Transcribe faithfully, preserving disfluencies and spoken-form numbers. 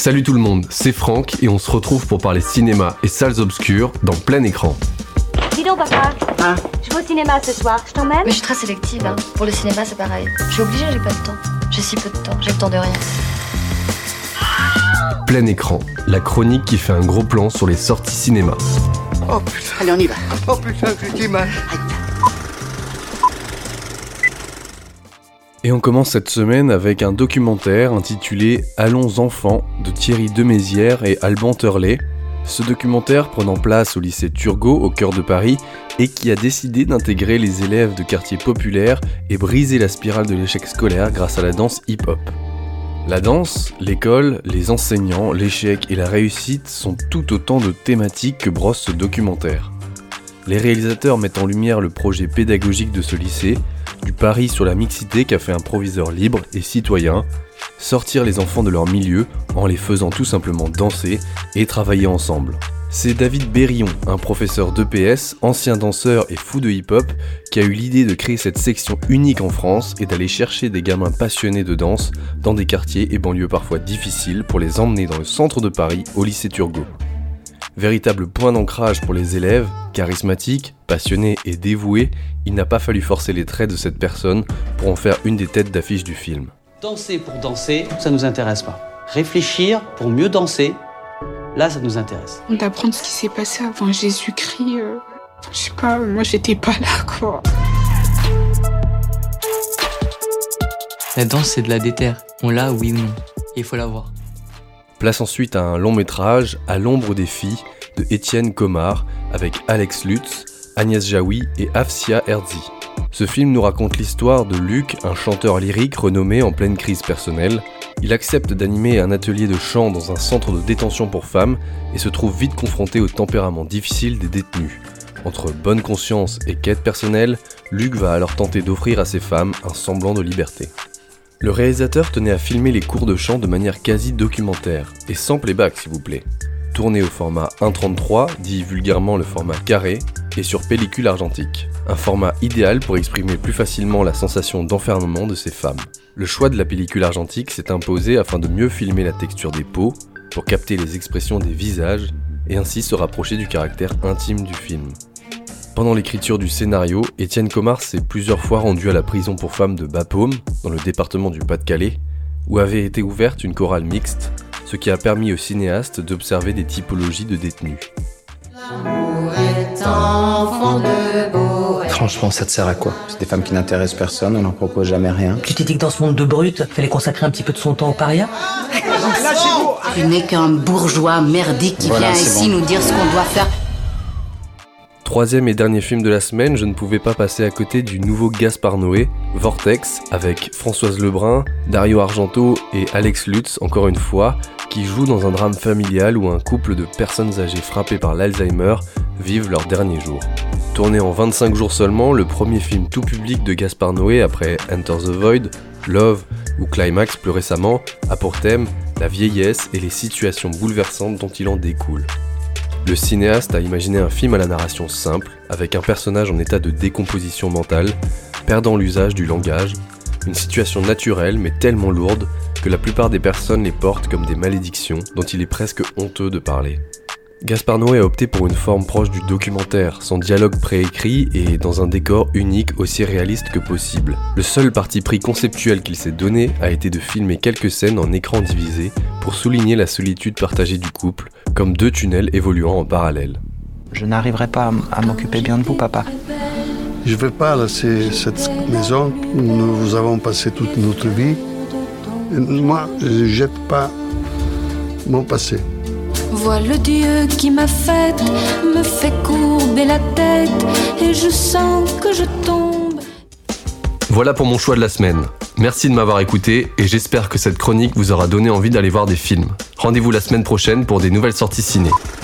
Salut tout le monde, c'est Franck et on se retrouve pour parler cinéma et salles obscures dans Plein Écran. Dis donc papa, Hein je vais au cinéma ce soir, je t'emmène? Mais je suis très sélective, hein. Pour le cinéma c'est pareil. Je suis obligée, j'ai pas le temps. J'ai si peu de temps, j'ai le temps de rien. Plein Écran, la chronique qui fait un gros plan sur les sorties cinéma. Oh putain, allez on y va. Oh putain, que j'ai mal. Et on commence cette semaine avec un documentaire intitulé « Allons enfants » de Thierry Demézières et Alban Turlet. Ce documentaire prenant place au lycée Turgot au cœur de Paris et qui a décidé d'intégrer les élèves de quartiers populaires et briser la spirale de l'échec scolaire grâce à la danse hip-hop. La danse, l'école, les enseignants, l'échec et la réussite sont tout autant de thématiques que brosse ce documentaire. Les réalisateurs mettent en lumière le projet pédagogique de ce lycée, du pari sur la mixité qu'a fait un proviseur libre et citoyen, sortir les enfants de leur milieu en les faisant tout simplement danser et travailler ensemble. C'est David Berillon, un professeur d'E P S, ancien danseur et fou de hip-hop, qui a eu l'idée de créer cette section unique en France et d'aller chercher des gamins passionnés de danse dans des quartiers et banlieues parfois difficiles pour les emmener dans le centre de Paris au lycée Turgot. Véritable point d'ancrage pour les élèves, charismatiques, passionnés et dévoués, il n'a pas fallu forcer les traits de cette personne pour en faire une des têtes d'affiche du film. Danser pour danser, ça nous intéresse pas. Réfléchir pour mieux danser, là ça nous intéresse. D'apprendre ce qui s'est passé avant Jésus-Christ, euh, je sais pas, moi j'étais pas là quoi. La danse c'est de la déter, on l'a oui ou non, il faut l'avoir. Place ensuite à un long métrage, À l'ombre des filles, de Étienne Comard, avec Alex Lutz, Agnès Jaoui et Afsia Herzi. Ce film nous raconte l'histoire de Luc, un chanteur lyrique renommé en pleine crise personnelle. Il accepte d'animer un atelier de chant dans un centre de détention pour femmes et se trouve vite confronté au tempérament difficile des détenus. Entre bonne conscience et quête personnelle, Luc va alors tenter d'offrir à ces femmes un semblant de liberté. Le réalisateur tenait à filmer les cours de chant de manière quasi documentaire, et sans playback s'il vous plaît. Tourné au format un trente-trois, dit vulgairement le format carré, et sur pellicule argentique. Un format idéal pour exprimer plus facilement la sensation d'enfermement de ces femmes. Le choix de la pellicule argentique s'est imposé afin de mieux filmer la texture des peaux, pour capter les expressions des visages, et ainsi se rapprocher du caractère intime du film. Pendant l'écriture du scénario, Étienne Comard s'est plusieurs fois rendu à la prison pour femmes de Bapaume, dans le département du Pas-de-Calais, où avait été ouverte une chorale mixte, ce qui a permis au cinéaste d'observer des typologies de détenus. Franchement, ça te sert à quoi? C'est des femmes qui n'intéressent personne, on n'en propose jamais rien. Tu t'es dit que dans ce monde de brutes, fallait consacrer un petit peu de son temps aux parias? Tu n'es qu'un bourgeois merdique qui Voilà, vient c'est ici bon. nous dire ce qu'on doit faire. Troisième et dernier film de la semaine, je ne pouvais pas passer à côté du nouveau Gaspard Noé, Vortex, avec Françoise Lebrun, Dario Argento et Alex Lutz, encore une fois, qui jouent dans un drame familial où un couple de personnes âgées frappées par l'Alzheimer vivent leurs derniers jours. Tourné en vingt-cinq jours seulement, le premier film tout public de Gaspard Noé après Enter the Void, Love ou Climax plus récemment, a pour thème la vieillesse et les situations bouleversantes dont il en découle. Le cinéaste a imaginé un film à la narration simple, avec un personnage en état de décomposition mentale, perdant l'usage du langage, une situation naturelle mais tellement lourde que la plupart des personnes les portent comme des malédictions dont il est presque honteux de parler. Gaspard Noé a opté pour une forme proche du documentaire, sans dialogue préécrit et dans un décor unique aussi réaliste que possible. Le seul parti pris conceptuel qu'il s'est donné a été de filmer quelques scènes en écran divisé pour souligner la solitude partagée du couple, comme deux tunnels évoluant en parallèle. Je n'arriverai pas à m'occuper bien de vous, papa. Je ne veux pas laisser cette maison où nous avons passé toute notre vie. Moi, je ne jette pas mon passé. Vois le Dieu qui m'a faite, me fait courber la tête, et je sens que je tombe. Voilà pour mon choix de la semaine. Merci de m'avoir écouté et j'espère que cette chronique vous aura donné envie d'aller voir des films. Rendez-vous la semaine prochaine pour des nouvelles sorties ciné.